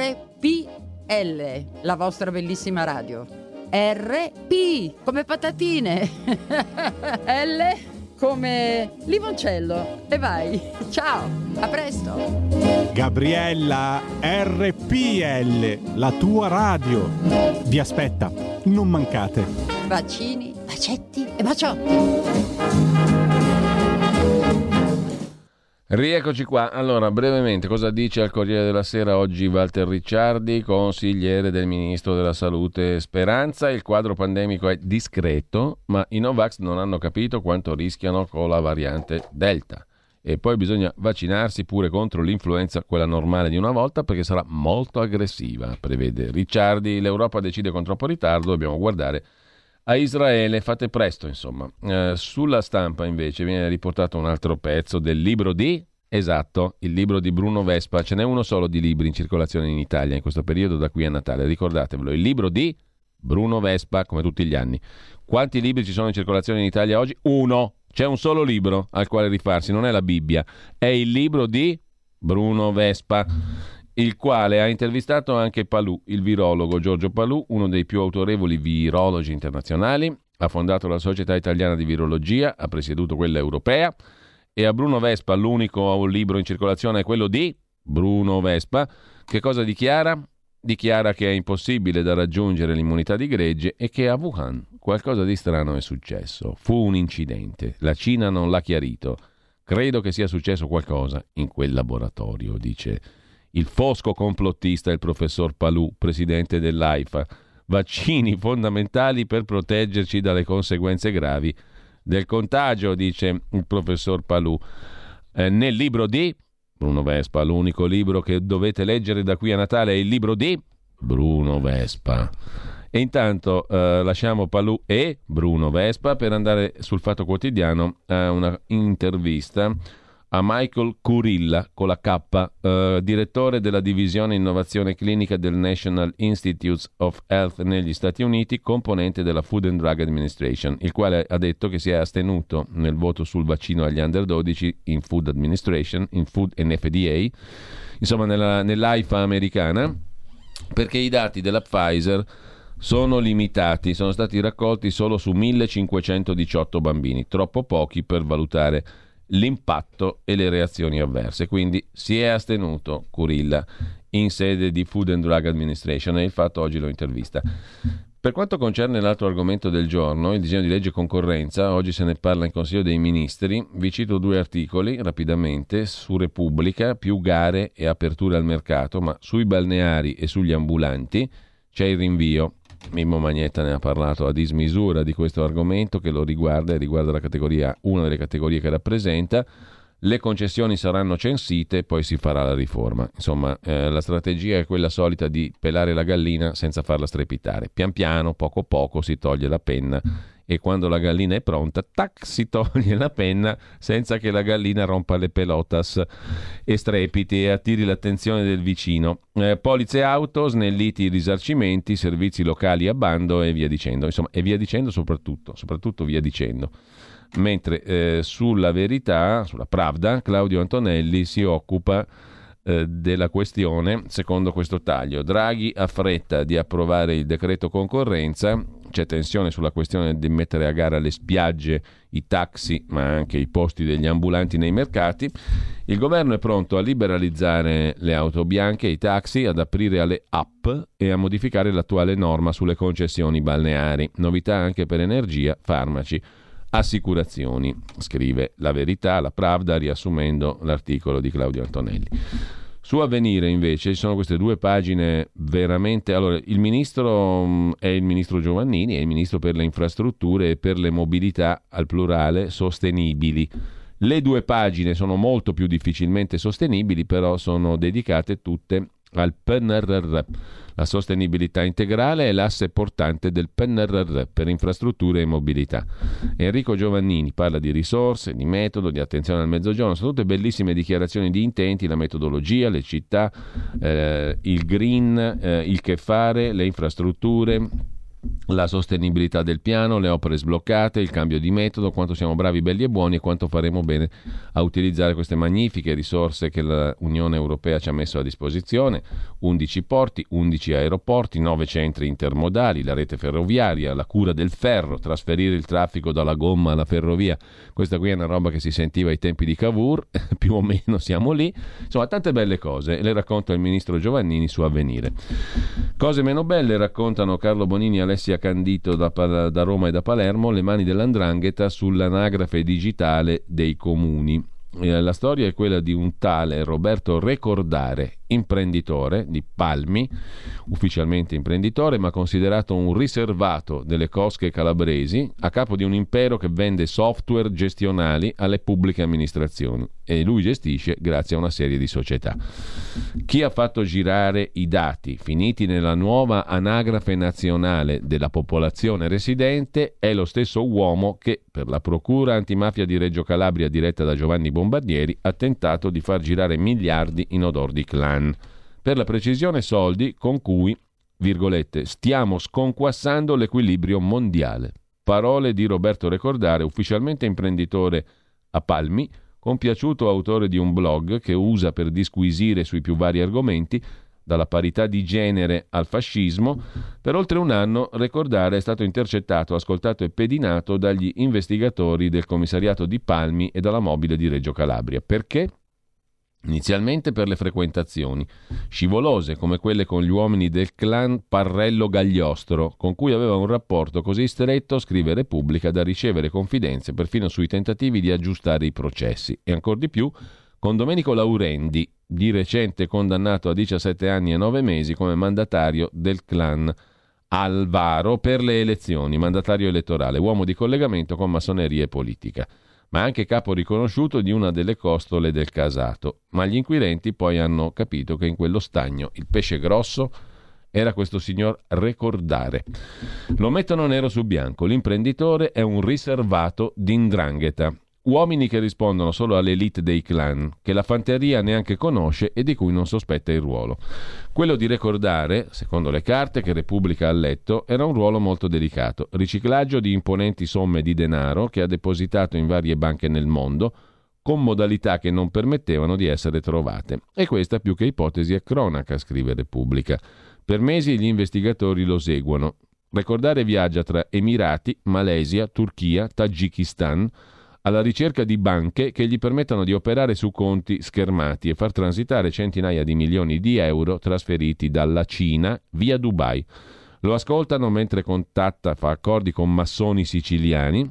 RPL, la vostra bellissima radio. RP, come patatine, L come limoncello. E vai, ciao, a presto. Gabriella, RPL, la tua radio. Vi aspetta, non mancate. Bacini, bacetti e baciotti. Rieccoci qua. Allora, brevemente, cosa dice al Corriere della Sera oggi Walter Ricciardi, consigliere del Ministro della Salute Speranza? Il quadro pandemico è discreto, ma i Novax non hanno capito quanto rischiano con la variante Delta. E poi bisogna vaccinarsi pure contro l'influenza, quella normale di una volta, perché sarà molto aggressiva, prevede Ricciardi. L'Europa decide con troppo ritardo, dobbiamo guardare a Israele, fate presto insomma. Sulla Stampa invece viene riportato un altro pezzo del libro di, esatto, il libro di Bruno Vespa. Ce n'è uno solo di libri in circolazione in Italia in questo periodo da qui a Natale, ricordatevelo, il libro di Bruno Vespa, come tutti gli anni. Quanti libri ci sono in circolazione in Italia oggi? Uno, c'è un solo libro al quale rifarsi, non è la Bibbia, è il libro di Bruno Vespa, il quale ha intervistato anche Palù, il virologo Giorgio Palù, uno dei più autorevoli virologi internazionali. Ha fondato la Società Italiana di Virologia, ha presieduto quella europea, e a Bruno Vespa l'unico libro in circolazione è quello di Bruno Vespa. Che cosa dichiara? Dichiara che è impossibile da raggiungere l'immunità di gregge e che a Wuhan qualcosa di strano è successo. Fu un incidente, la Cina non l'ha chiarito. Credo che sia successo qualcosa in quel laboratorio, dice il fosco complottista, il professor Palù, presidente dell'AIFA. Vaccini fondamentali per proteggerci dalle conseguenze gravi del contagio, dice il professor Palù. Nel libro di Bruno Vespa, l'unico libro che dovete leggere da qui a Natale è il libro di Bruno Vespa. E intanto lasciamo Palù e Bruno Vespa per andare sul Fatto Quotidiano a una intervista a Michael Kurilla, con la K, direttore della divisione innovazione clinica del National Institutes of Health negli Stati Uniti, componente della Food and Drug Administration, il quale ha detto che si è astenuto nel voto sul vaccino agli under 12 in Food Administration, in Food and FDA, insomma nell'AIFA americana, perché i dati della Pfizer sono limitati, sono stati raccolti solo su 1518 bambini, troppo pochi per valutare l'impatto e le reazioni avverse. Quindi si è astenuto Kurilla in sede di Food and Drug Administration e il Fatto oggi lo intervista. Per quanto concerne l'altro argomento del giorno, il disegno di legge concorrenza, oggi se ne parla in Consiglio dei Ministri. Vi cito 2 articoli rapidamente. Su Repubblica, più gare e aperture al mercato, ma sui balneari e sugli ambulanti c'è il rinvio. Mimmo Magnetta ne ha parlato a dismisura di questo argomento che lo riguarda e riguarda la categoria, una delle categorie che rappresenta. Le concessioni saranno censite e poi si farà la riforma. Insomma, la strategia è quella solita di pelare la gallina senza farla strepitare. Pian piano, poco poco, si toglie la penna e quando la gallina è pronta, tac, si toglie la penna senza che la gallina rompa le pelotas e strepiti e attiri l'attenzione del vicino. Polizze auto, snelliti i risarcimenti, servizi locali a bando e via dicendo. Insomma, e via dicendo soprattutto via dicendo. Mentre sulla Verità, sulla Pravda, Claudio Antonelli si occupa della questione secondo questo taglio. Draghi ha fretta di approvare il decreto concorrenza, c'è tensione sulla questione di mettere a gara le spiagge, i taxi, ma anche i posti degli ambulanti nei mercati. Il governo è pronto a liberalizzare le auto bianche e i taxi, ad aprire alle app e a modificare l'attuale norma sulle concessioni balneari. Novità anche per energia, farmaci, assicurazioni, scrive La Verità, la Pravda, riassumendo l'articolo di Claudio Antonelli. Su Avvenire invece ci sono queste 2 pagine veramente. Allora, il ministro è il ministro Giovannini, è il ministro per le infrastrutture e per le mobilità, al plurale, sostenibili. Le 2 pagine sono molto più difficilmente sostenibili, però sono dedicate tutte al PNRR. La sostenibilità integrale è l'asse portante del PNRR per infrastrutture e mobilità. Enrico Giovannini parla di risorse, di metodo, di attenzione al Mezzogiorno. Sono tutte bellissime dichiarazioni di intenti, la metodologia, le città, il green, il che fare, le infrastrutture, la sostenibilità del piano, le opere sbloccate, il cambio di metodo, quanto siamo bravi, belli e buoni e quanto faremo bene a utilizzare queste magnifiche risorse che l'Unione Europea ci ha messo a disposizione. 11 porti, 11 aeroporti, 9 centri intermodali, la rete ferroviaria, la cura del ferro, trasferire il traffico dalla gomma alla ferrovia. Questa qui è una roba che si sentiva ai tempi di Cavour, più o meno siamo lì. Insomma, tante belle cose, le racconta il ministro Giovannini su Avvenire. Cose meno belle raccontano Carlo Bonini e Alessia Candito da Roma e da Palermo, le mani dell''ndrangheta sull'anagrafe digitale dei comuni. La storia è quella di un tale Roberto Recordare, imprenditore di Palmi, ufficialmente imprenditore ma considerato un riservato delle cosche calabresi, a capo di un impero che vende software gestionali alle pubbliche amministrazioni e lui gestisce grazie a una serie di società. Chi ha fatto girare i dati finiti nella nuova anagrafe nazionale della popolazione residente è lo stesso uomo che per la procura antimafia di Reggio Calabria diretta da Giovanni Bombardieri ha tentato di far girare miliardi in odor di clan. Per la precisione soldi con cui, virgolette, stiamo sconquassando l'equilibrio mondiale. Parole di Roberto Recordare, ufficialmente imprenditore a Palmi, compiaciuto autore di un blog che usa per disquisire sui più vari argomenti, dalla parità di genere al fascismo. Per oltre un anno Recordare è stato intercettato, ascoltato e pedinato dagli investigatori del commissariato di Palmi e dalla mobile di Reggio Calabria. Perché? Inizialmente per le frequentazioni scivolose come quelle con gli uomini del clan Parrello Gagliostro, con cui aveva un rapporto così stretto, scrive Repubblica, da ricevere confidenze perfino sui tentativi di aggiustare i processi, e ancor di più con Domenico Laurendi, di recente condannato a 17 anni e 9 mesi come mandatario del clan Alvaro per le elezioni, mandatario elettorale, uomo di collegamento con massoneria e politica, ma anche capo riconosciuto di una delle costole del Casato. Ma gli inquirenti poi hanno capito che in quello stagno il pesce grosso era questo signor Recordare. Lo mettono nero su bianco. L'imprenditore è un riservato di 'ndrangheta. Uomini che rispondono solo all'elite dei clan, che la fanteria neanche conosce e di cui non sospetta il ruolo. Quello di Recordare, secondo le carte che Repubblica ha letto, era un ruolo molto delicato. Riciclaggio di imponenti somme di denaro che ha depositato in varie banche nel mondo, con modalità che non permettevano di essere trovate. E questa più che ipotesi è cronaca, scrive Repubblica. Per mesi gli investigatori lo seguono. Recordare viaggia tra Emirati, Malesia, Turchia, Tagikistan, alla ricerca di banche che gli permettano di operare su conti schermati e far transitare centinaia di milioni di euro trasferiti dalla Cina via Dubai. Lo ascoltano mentre contatta, fa accordi con massoni siciliani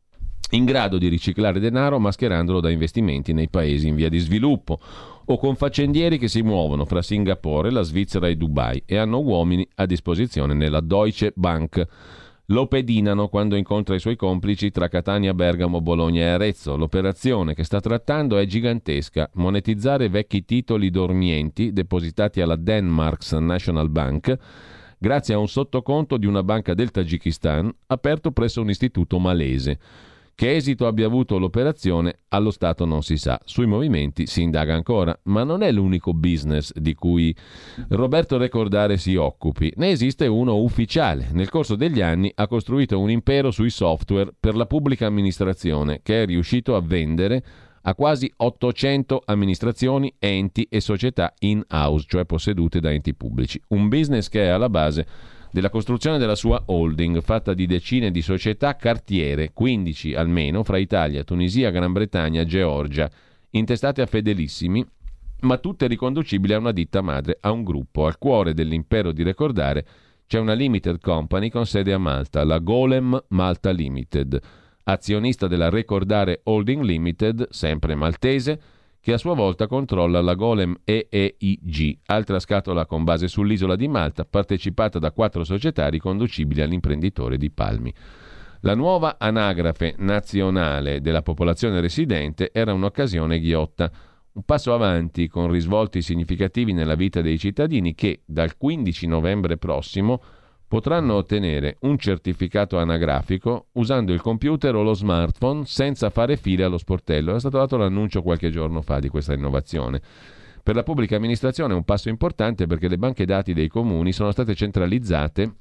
in grado di riciclare denaro mascherandolo da investimenti nei paesi in via di sviluppo, o con faccendieri che si muovono fra Singapore, la Svizzera e Dubai e hanno uomini a disposizione nella Deutsche Bank. Lo pedinano quando incontra i suoi complici tra Catania, Bergamo, Bologna e Arezzo. L'operazione che sta trattando è gigantesca: monetizzare vecchi titoli dormienti depositati alla Denmark's National Bank grazie a un sottoconto di una banca del Tagikistan aperto presso un istituto malese. Che esito abbia avuto l'operazione allo Stato non si sa, sui movimenti si indaga ancora, ma non è l'unico business di cui Roberto Recordare si occupi, ne esiste uno ufficiale. Nel corso degli anni ha costruito un impero sui software per la pubblica amministrazione che è riuscito a vendere a quasi 800 amministrazioni, enti e società in-house, cioè possedute da enti pubblici. Un business che è alla base della costruzione della sua holding, fatta di decine di società cartiere, 15 almeno, fra Italia, Tunisia, Gran Bretagna, Georgia, intestate a fedelissimi, ma tutte riconducibili a una ditta madre, a un gruppo. Al cuore dell'impero di Recordare c'è una limited company con sede a Malta, la Golem Malta Limited, azionista della Recordare Holding Limited, sempre maltese, che a sua volta controlla la Golem EEIG, altra scatola con base sull'isola di Malta, partecipata da 4 società riconducibili all'imprenditore di Palmi. La nuova anagrafe nazionale della popolazione residente era un'occasione ghiotta, un passo avanti con risvolti significativi nella vita dei cittadini che dal 15 novembre prossimo potranno ottenere un certificato anagrafico usando il computer o lo smartphone senza fare file allo sportello. È stato dato l'annuncio qualche giorno fa di questa innovazione. Per la pubblica amministrazione è un passo importante perché le banche dati dei comuni sono state centralizzate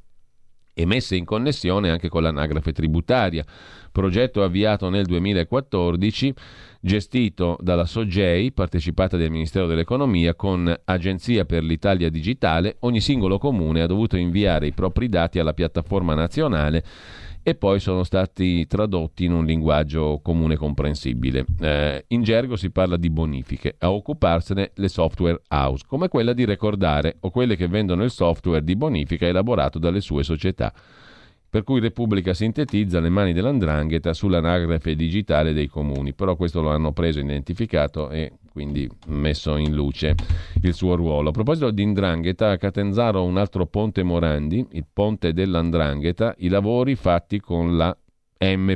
e messe in connessione anche con l'anagrafe tributaria, progetto avviato nel 2014, gestito dalla SOGEI, partecipata del Ministero dell'Economia, con Agenzia per l'Italia Digitale. Ogni singolo comune ha dovuto inviare i propri dati alla piattaforma nazionale e poi sono stati tradotti in un linguaggio comune comprensibile. In gergo si parla di bonifiche, a occuparsene le software house, come quella di Recordare o quelle che vendono il software di bonifica elaborato dalle sue società. Per cui Repubblica sintetizza le mani dell''ndrangheta sull'anagrafe digitale dei comuni, però questo lo hanno preso, identificato e quindi messo in luce il suo ruolo. A proposito di 'ndrangheta, a Catanzaro un altro ponte Morandi, il ponte dell''ndrangheta, i lavori fatti con la M...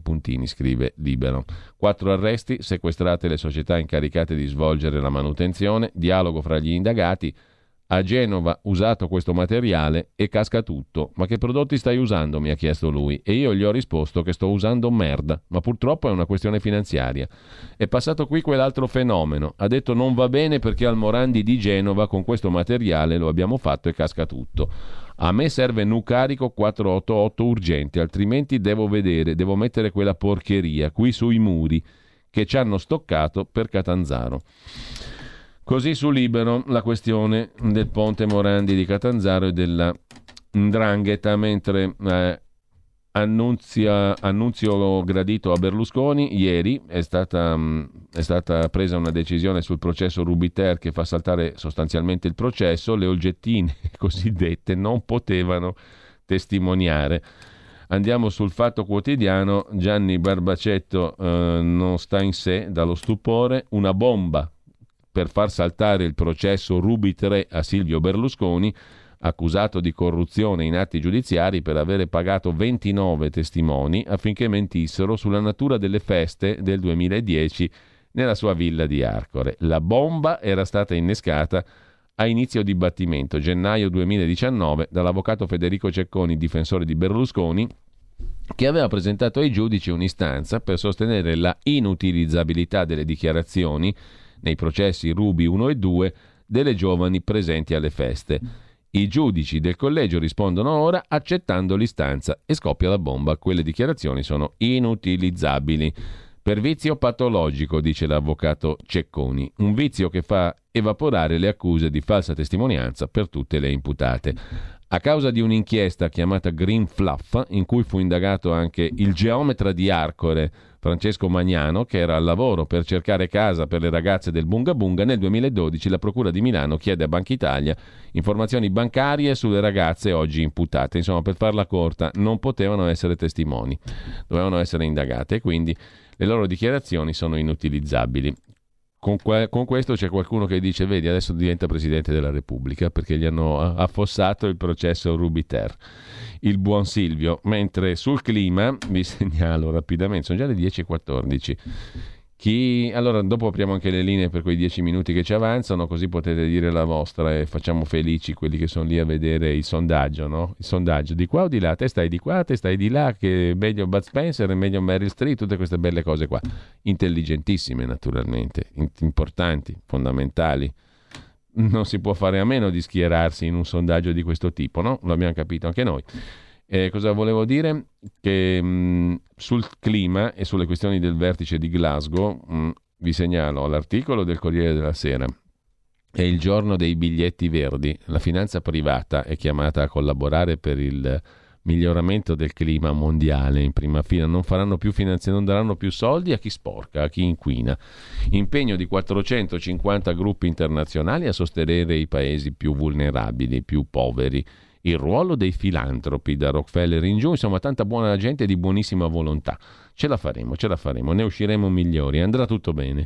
scrive Libero. 4 arresti, sequestrate le società incaricate di svolgere la manutenzione, dialogo fra gli indagati. A Genova usato questo materiale e casca tutto. Ma che prodotti stai usando? Mi ha chiesto lui e io gli ho risposto che sto usando merda, ma purtroppo è una questione finanziaria. È passato qui quell'altro fenomeno, ha detto non va bene perché al Morandi di Genova con questo materiale lo abbiamo fatto e casca tutto. A me serve Nucarico 488 urgente, altrimenti devo mettere quella porcheria qui sui muri che ci hanno stoccato per Catanzaro. Così su Libero la questione del ponte Morandi di Catanzaro e della 'ndrangheta, mentre annunzio gradito a Berlusconi. Ieri è stata presa una decisione sul processo Rubiter che fa saltare sostanzialmente il processo. Le olgettine cosiddette non potevano testimoniare. Andiamo sul Fatto Quotidiano. Gianni Barbacetto non sta in sé dallo stupore. Una bomba per far saltare il processo Ruby 3 a Silvio Berlusconi, accusato di corruzione in atti giudiziari per avere pagato 29 testimoni affinché mentissero sulla natura delle feste del 2010 nella sua villa di Arcore. La bomba era stata innescata a inizio dibattimento, gennaio 2019, dall'avvocato Federico Cecconi, difensore di Berlusconi, che aveva presentato ai giudici un'istanza per sostenere la inutilizzabilità delle dichiarazioni nei processi Ruby 1 e 2 delle giovani presenti alle feste. I giudici del collegio rispondono ora accettando l'istanza e scoppia la bomba. Quelle dichiarazioni sono inutilizzabili. Per vizio patologico, dice l'avvocato Cecconi, un vizio che fa evaporare le accuse di falsa testimonianza per tutte le imputate. A causa di un'inchiesta chiamata Green Fluff, in cui fu indagato anche il geometra di Arcore, Francesco Magnano, che era al lavoro per cercare casa per le ragazze del Bunga Bunga, nel 2012 la Procura di Milano chiede a Banca Italia informazioni bancarie sulle ragazze oggi imputate. Insomma, per farla corta, non potevano essere testimoni, dovevano essere indagate e quindi le loro dichiarazioni sono inutilizzabili. Con questo c'è qualcuno che dice: vedi, adesso diventa Presidente della Repubblica perché gli hanno affossato il processo Ruby-Ter, il buon Silvio. Mentre sul clima vi segnalo rapidamente, sono già le 10:14. Allora, dopo apriamo anche le linee per quei 10 minuti che ci avanzano, così potete dire la vostra e facciamo felici quelli che sono lì a vedere il sondaggio, no? Il sondaggio di qua o di là, te stai di qua, te stai di là, che è meglio Bud Spencer, è meglio Meryl Streep, tutte queste belle cose qua, intelligentissime naturalmente, importanti, fondamentali. Non si può fare a meno di schierarsi in un sondaggio di questo tipo, no? Lo abbiamo capito anche noi. Cosa volevo dire? Che sul clima e sulle questioni del vertice di Glasgow vi segnalo l'articolo del Corriere della Sera. È il giorno dei biglietti verdi. La finanza privata è chiamata a collaborare per il miglioramento del clima mondiale. In prima fila non daranno più soldi a chi sporca, a chi inquina. Impegno di 450 gruppi internazionali a sostenere i paesi più vulnerabili, più poveri. Il ruolo dei filantropi da Rockefeller in giù, insomma tanta buona gente di buonissima volontà. Ce la faremo, ne usciremo migliori, andrà tutto bene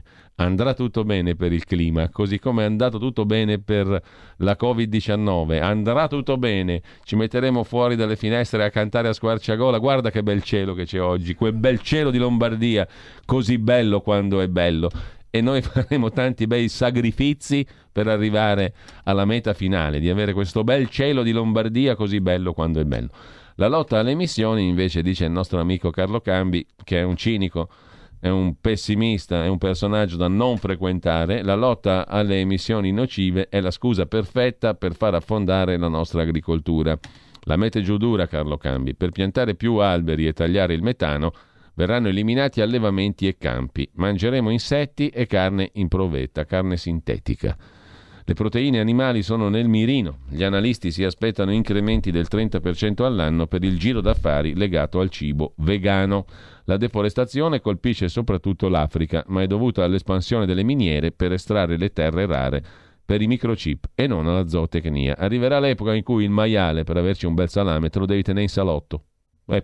per il clima, così come è andato tutto bene per la Covid-19, andrà tutto bene, ci metteremo fuori dalle finestre a cantare a squarciagola, guarda che bel cielo che c'è oggi, quel bel cielo di Lombardia, così bello quando è bello. E noi faremo tanti bei sacrifici per arrivare alla meta finale, di avere questo bel cielo di Lombardia così bello quando è bello. La lotta alle emissioni, invece, dice il nostro amico Carlo Cambi, che è un cinico, è un pessimista, è un personaggio da non frequentare, la lotta alle emissioni nocive è la scusa perfetta per far affondare la nostra agricoltura. La mette giù dura Carlo Cambi, per piantare più alberi e tagliare il metano verranno eliminati allevamenti e campi. Mangeremo insetti e carne in provetta, carne sintetica. Le proteine animali sono nel mirino. Gli analisti si aspettano incrementi del 30% all'anno per il giro d'affari legato al cibo vegano. La deforestazione colpisce soprattutto l'Africa, ma è dovuta all'espansione delle miniere per estrarre le terre rare per i microchip e non alla zootecnia. Arriverà l'epoca in cui il maiale, per averci un bel salame, te lo devi tenere in salotto. C'è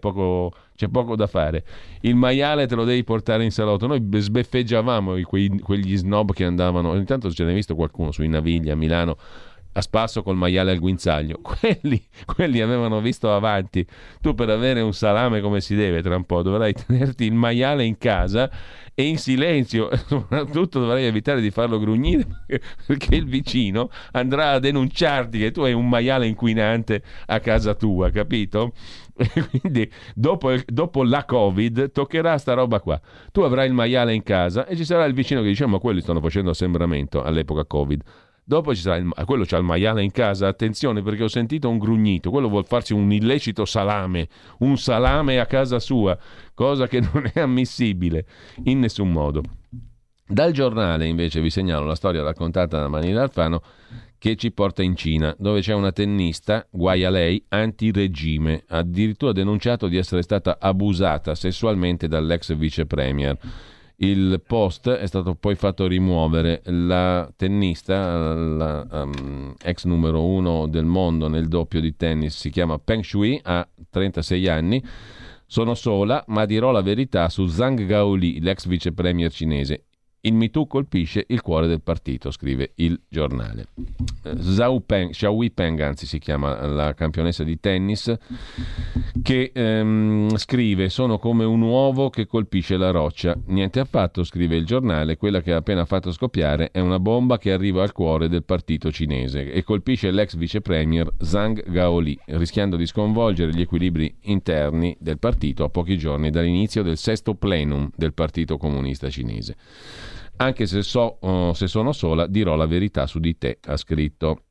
poco da fare. Il maiale te lo devi portare in salotto. Noi sbeffeggiavamo quegli snob che andavano, ogni tanto ce n'è visto qualcuno sui Navigli a Milano a spasso col maiale al guinzaglio. Quelli avevano visto avanti. Tu per avere un salame come si deve tra un po' dovrai tenerti il maiale in casa e in silenzio, soprattutto dovrai evitare di farlo grugnire perché il vicino andrà a denunciarti che tu hai un maiale inquinante a casa tua, capito? Quindi dopo la Covid toccherà sta roba qua. Tu avrai il maiale in casa e ci sarà il vicino che dice: ma quelli stanno facendo assembramento all'epoca Covid. Dopo ci sarà quello c'ha il maiale in casa, attenzione perché ho sentito un grugnito, quello vuol farsi un illecito salame, un salame a casa sua, cosa che non è ammissibile in nessun modo. Dal Giornale invece vi segnalo la storia raccontata da Manila Alfano che ci porta in Cina, dove c'è una tennista, guai a lei, antiregime, addirittura denunciato di essere stata abusata sessualmente dall'ex vice premier. Il post è stato poi fatto rimuovere. La tennista, la ex numero 1 del mondo nel doppio di tennis, si chiama Peng Shuai, ha 36 anni. Sono sola, ma dirò la verità su Zhang Gaoli, l'ex vice premier cinese. Il Me Too colpisce il cuore del partito, scrive il giornale. Xiao Weipeng, anzi si chiama la campionessa di tennis, che scrive: sono come un uovo che colpisce la roccia. Niente affatto, scrive il giornale, quella che ha appena fatto scoppiare è una bomba che arriva al cuore del partito cinese e colpisce l'ex vice premier Zhang Gaoli, rischiando di sconvolgere gli equilibri interni del partito a pochi giorni dall'inizio del 6º plenum del Partito Comunista Cinese. Anche se se sono sola, dirò la verità su di te, ha scritto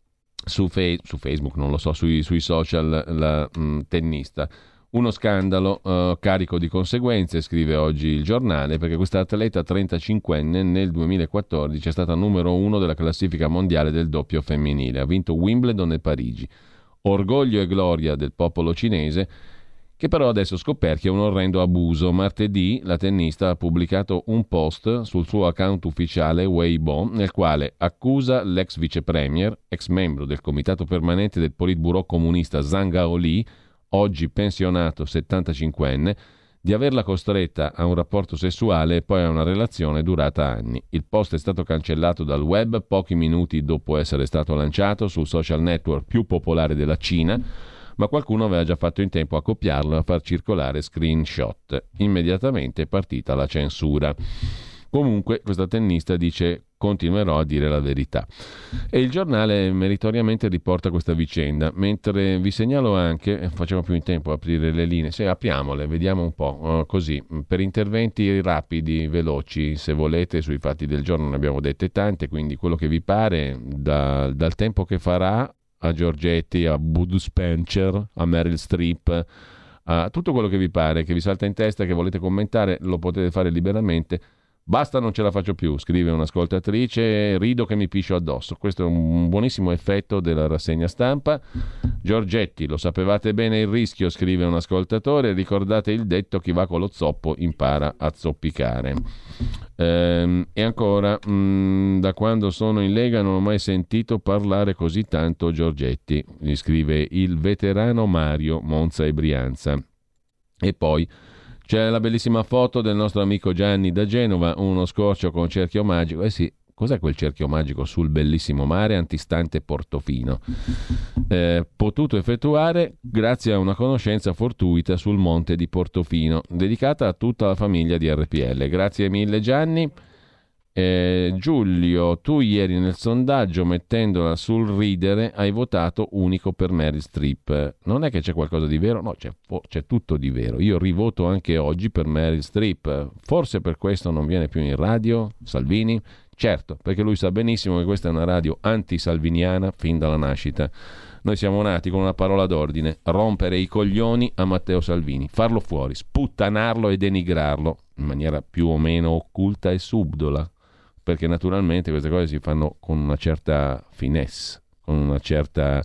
su Facebook, non lo so, sui social la tennista. Uno scandalo carico di conseguenze, scrive oggi il giornale, perché questa atleta 35enne nel 2014 è stata numero 1 della classifica mondiale del doppio femminile. Ha vinto Wimbledon e Parigi. Orgoglio e gloria del popolo cinese, che però adesso scoperchia un orrendo abuso. Martedì la tennista ha pubblicato un post sul suo account ufficiale Weibo nel quale accusa l'ex vice premier, ex membro del comitato permanente del Politburo comunista Zhang Gaoli, oggi pensionato 75enne, di averla costretta a un rapporto sessuale e poi a una relazione durata anni. Il post è stato cancellato dal web pochi minuti dopo essere stato lanciato sul social network più popolare della Cina, ma qualcuno aveva già fatto in tempo a copiarlo e a far circolare screenshot. Immediatamente è partita la censura. Comunque questa tennista dice: continuerò a dire la verità. E il giornale meritoriamente riporta questa vicenda, mentre vi segnalo anche, facciamo più in tempo a aprire le linee, se apriamole, vediamo un po', così, per interventi rapidi, veloci, se volete, sui fatti del giorno ne abbiamo dette tante, quindi quello che vi pare, dal tempo che farà, a Giorgetti, a Bud Spencer, a Meryl Streep, a tutto quello che vi pare, che vi salta in testa, che volete commentare, lo potete fare liberamente. Basta, non ce la faccio più, scrive un'ascoltatrice, rido che mi piscio addosso. Questo è un buonissimo effetto della rassegna stampa. Giorgetti, lo sapevate bene il rischio, scrive un ascoltatore, ricordate il detto: chi va con lo zoppo impara a zoppicare. E ancora, da quando sono in Lega non ho mai sentito parlare così tanto Giorgetti, gli scrive il veterano Mario, Monza e Brianza. E poi c'è la bellissima foto del nostro amico Gianni da Genova, uno scorcio con cerchio magico. Eh sì, cos'è quel cerchio magico sul bellissimo mare antistante Portofino? Potuto effettuare grazie a una conoscenza fortuita sul monte di Portofino, dedicata a tutta la famiglia di RPL. Grazie mille Gianni. Giulio, tu ieri nel sondaggio, mettendola sul ridere, hai votato unico per Meryl Streep. Non è che c'è qualcosa di vero? No, c'è tutto di vero. Io rivoto anche oggi per Meryl Streep. Forse per questo non viene più in radio Salvini? Certo, perché lui sa benissimo che questa è una radio anti-salviniana fin dalla nascita. Noi siamo nati con una parola d'ordine: rompere i coglioni a Matteo Salvini, farlo fuori, sputtanarlo e denigrarlo in maniera più o meno occulta e subdola, perché naturalmente queste cose si fanno con una certa finesse, con una certa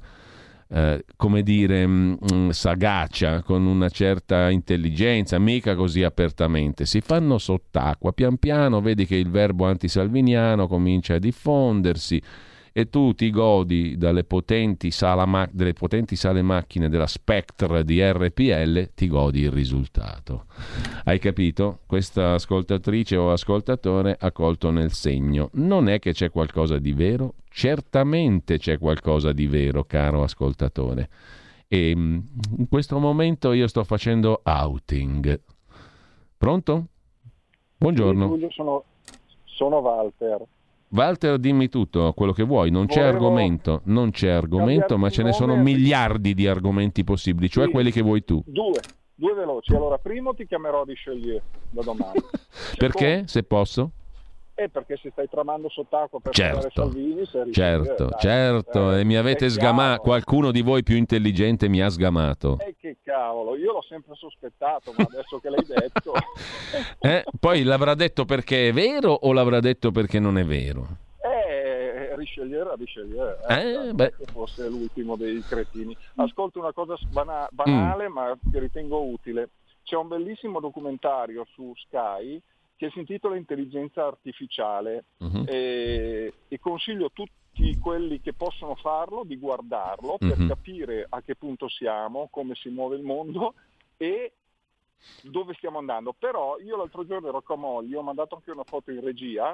sagacia, con una certa intelligenza, mica così apertamente. Si fanno sott'acqua, pian piano vedi che il verbo antisalviniano comincia a diffondersi e tu ti godi delle potenti sale macchine della Spectre di RPL, ti godi il risultato. Hai capito? Questa ascoltatrice o ascoltatore ha colto nel segno. Non è che c'è qualcosa di vero? Certamente c'è qualcosa di vero, caro ascoltatore. E in questo momento io sto facendo outing. Pronto? Buongiorno. Sì, sono Walter. Walter, dimmi tutto, quello che vuoi, non c'è argomento, ma ce ne sono miliardi di argomenti possibili, cioè quelli che vuoi tu. Due veloci. Allora, primo ti chiamerò Richelieu da domani. Perché, se posso? Perché se stai tramando sott'acqua per fare Salvini, certo, e mi avete sgamato, qualcuno di voi più intelligente mi ha sgamato. Che cavolo, io l'ho sempre sospettato, ma adesso che l'hai detto... Poi l'avrà detto perché è vero o l'avrà detto perché non è vero? Richelieu, beh. che fosse l'ultimo dei cretini. Ascolta una cosa banale, ma che ritengo utile. C'è un bellissimo documentario su Sky che si intitola Intelligenza Artificiale, e consiglio a tutti quelli che possono farlo di guardarlo per capire a che punto siamo, come si muove il mondo e dove stiamo andando. Però io l'altro giorno ero a Camogli, ho mandato anche una foto in regia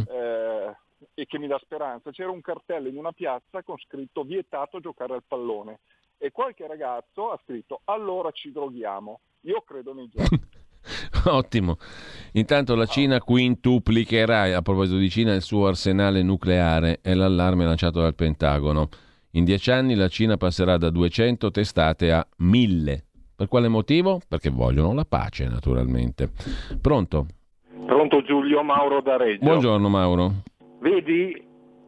e che mi dà speranza. C'era un cartello in una piazza con scritto vietato giocare al pallone e qualche ragazzo ha scritto allora ci droghiamo. Io credo nei giochi. Ottimo. Intanto la Cina quintuplicherà, a proposito di Cina, il suo arsenale nucleare, è l'allarme lanciato dal Pentagono. In 10 anni la Cina passerà da 200 testate a 1000. Per quale motivo? Perché vogliono la pace, naturalmente. Pronto? Pronto, Giulio, Mauro da Reggio. Buongiorno Mauro. Vedi,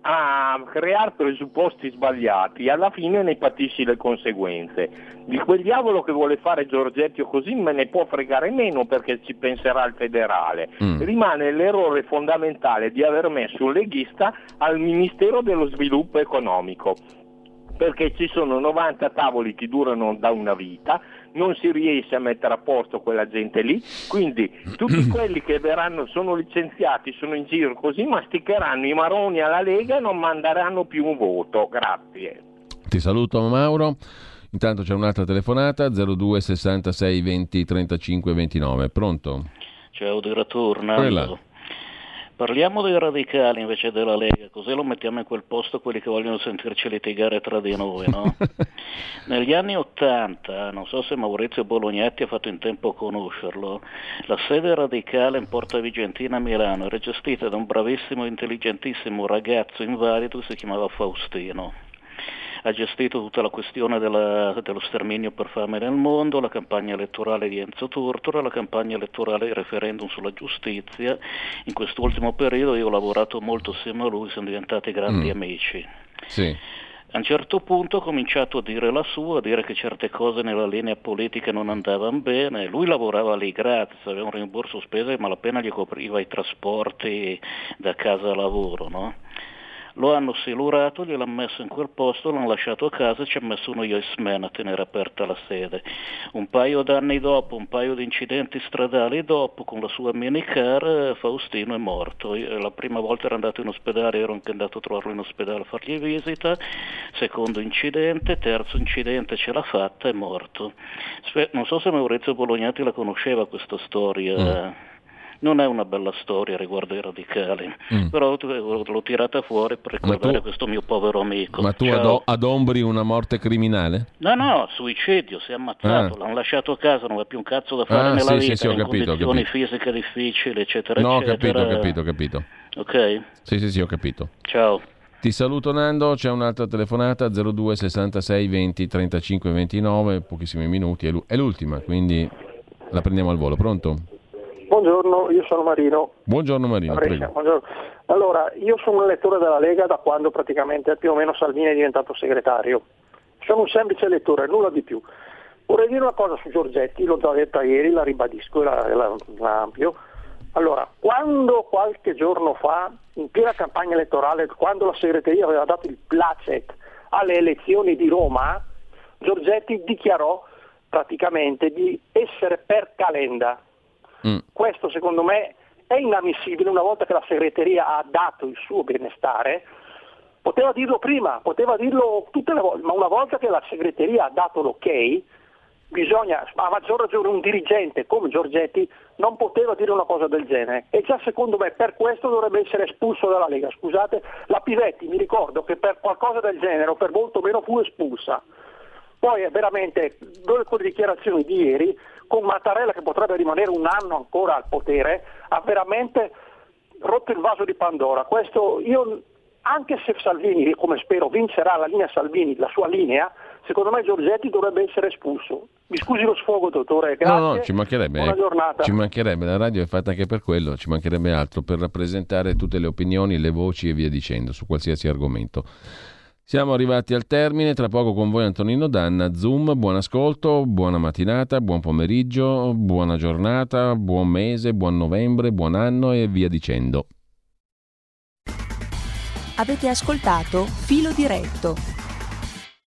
a creare presupposti sbagliati, alla fine ne patisci le conseguenze. Di quel diavolo che vuole fare Giorgetti o così me ne può fregare meno, perché ci penserà il federale. Rimane l'errore fondamentale di aver messo un leghista al Ministero dello Sviluppo Economico, perché ci sono 90 tavoli che durano da una vita, non si riesce a mettere a posto quella gente lì, quindi tutti quelli che verranno, sono licenziati, sono in giro così, masticheranno i maroni alla Lega e non manderanno più un voto. Grazie. Ti saluto Mauro. Intanto c'è un'altra telefonata, 02 66 20 35 29. Pronto? Ciao direttore. Parliamo dei radicali invece della Lega, così lo mettiamo in quel posto quelli che vogliono sentirci litigare tra di noi, no? Negli anni '80, non so se Maurizio Bolognetti ha fatto in tempo a conoscerlo, la sede radicale in Porta Vigentina a Milano era gestita da un bravissimo, intelligentissimo ragazzo invalido che si chiamava Faustino. Ha gestito tutta la questione dello sterminio per fame nel mondo, la campagna elettorale di Enzo Tortora, la campagna elettorale di referendum sulla giustizia. In quest'ultimo periodo io ho lavorato molto assieme a lui, siamo diventati grandi amici. Sì. A un certo punto ho cominciato a dire la sua, a dire che certe cose nella linea politica non andavano bene. Lui lavorava lì gratis, aveva un rimborso spese, ma la pena gli copriva i trasporti da casa a lavoro, no? Lo hanno silurato, gliel'hanno messo in quel posto, l'hanno lasciato a casa e ci ha messo uno yes man a tenere aperta la sede. Un paio d'anni dopo, un paio di incidenti stradali dopo, con la sua minicar, Faustino è morto. La prima volta era andato in ospedale, ero anche andato a trovarlo in ospedale a fargli visita. Secondo incidente, terzo incidente ce l'ha fatta, è morto. Non so se Maurizio Bolognetti la conosceva questa storia. Non è una bella storia riguardo ai radicali, però l'ho tirata fuori per ricordare questo mio povero amico. Ma tu adombri una morte criminale? No, suicidio, si è ammazzato, l'hanno lasciato a casa, non ha più un cazzo da fare nella vita, sì, ho capito, condizioni fisiche difficili, eccetera, no, eccetera. Ho capito. Ok? Sì, ho capito. Ciao. Ti saluto Nando, c'è un'altra telefonata, 02 66 20 35 29, pochissimi minuti, è l'ultima, quindi la prendiamo al volo. Pronto? Buongiorno, io sono Marino. Buongiorno Marino, prego. Buongiorno. Allora, io sono un elettore della Lega da quando praticamente più o meno Salvini è diventato segretario. Sono un semplice elettore, nulla di più. Vorrei dire una cosa su Giorgetti, l'ho già detta ieri, la ribadisco e la ampio. Allora, quando qualche giorno fa, in piena campagna elettorale, quando la segreteria aveva dato il placet alle elezioni di Roma, Giorgetti dichiarò praticamente di essere per Calenda. Questo secondo me è inammissibile. Una volta che la segreteria ha dato il suo benestare, poteva dirlo prima, poteva dirlo tutte le volte, ma una volta che la segreteria ha dato l'ok, bisogna, a maggior ragione un dirigente come Giorgetti non poteva dire una cosa del genere, e già secondo me per questo dovrebbe essere espulso dalla Lega. Scusate, la Pivetti mi ricordo che per qualcosa del genere o per molto meno fu espulsa. Poi è veramente, dopo le dichiarazioni di ieri, con Mattarella che potrebbe rimanere un anno ancora al potere, ha veramente rotto il vaso di Pandora. Questo io, anche se Salvini, come spero, vincerà la linea Salvini, la sua linea, secondo me Giorgetti dovrebbe essere espulso. Mi scusi lo sfogo, dottore, grazie. No, ci mancherebbe. Buona giornata. Ci mancherebbe, la radio è fatta anche per quello, ci mancherebbe altro, per rappresentare tutte le opinioni, le voci e via dicendo, su qualsiasi argomento. Siamo arrivati al termine, tra poco con voi Antonino Danna, Zoom, buon ascolto, buona mattinata, buon pomeriggio, buona giornata, buon mese, buon novembre, buon anno e via dicendo. Avete ascoltato Filo Diretto.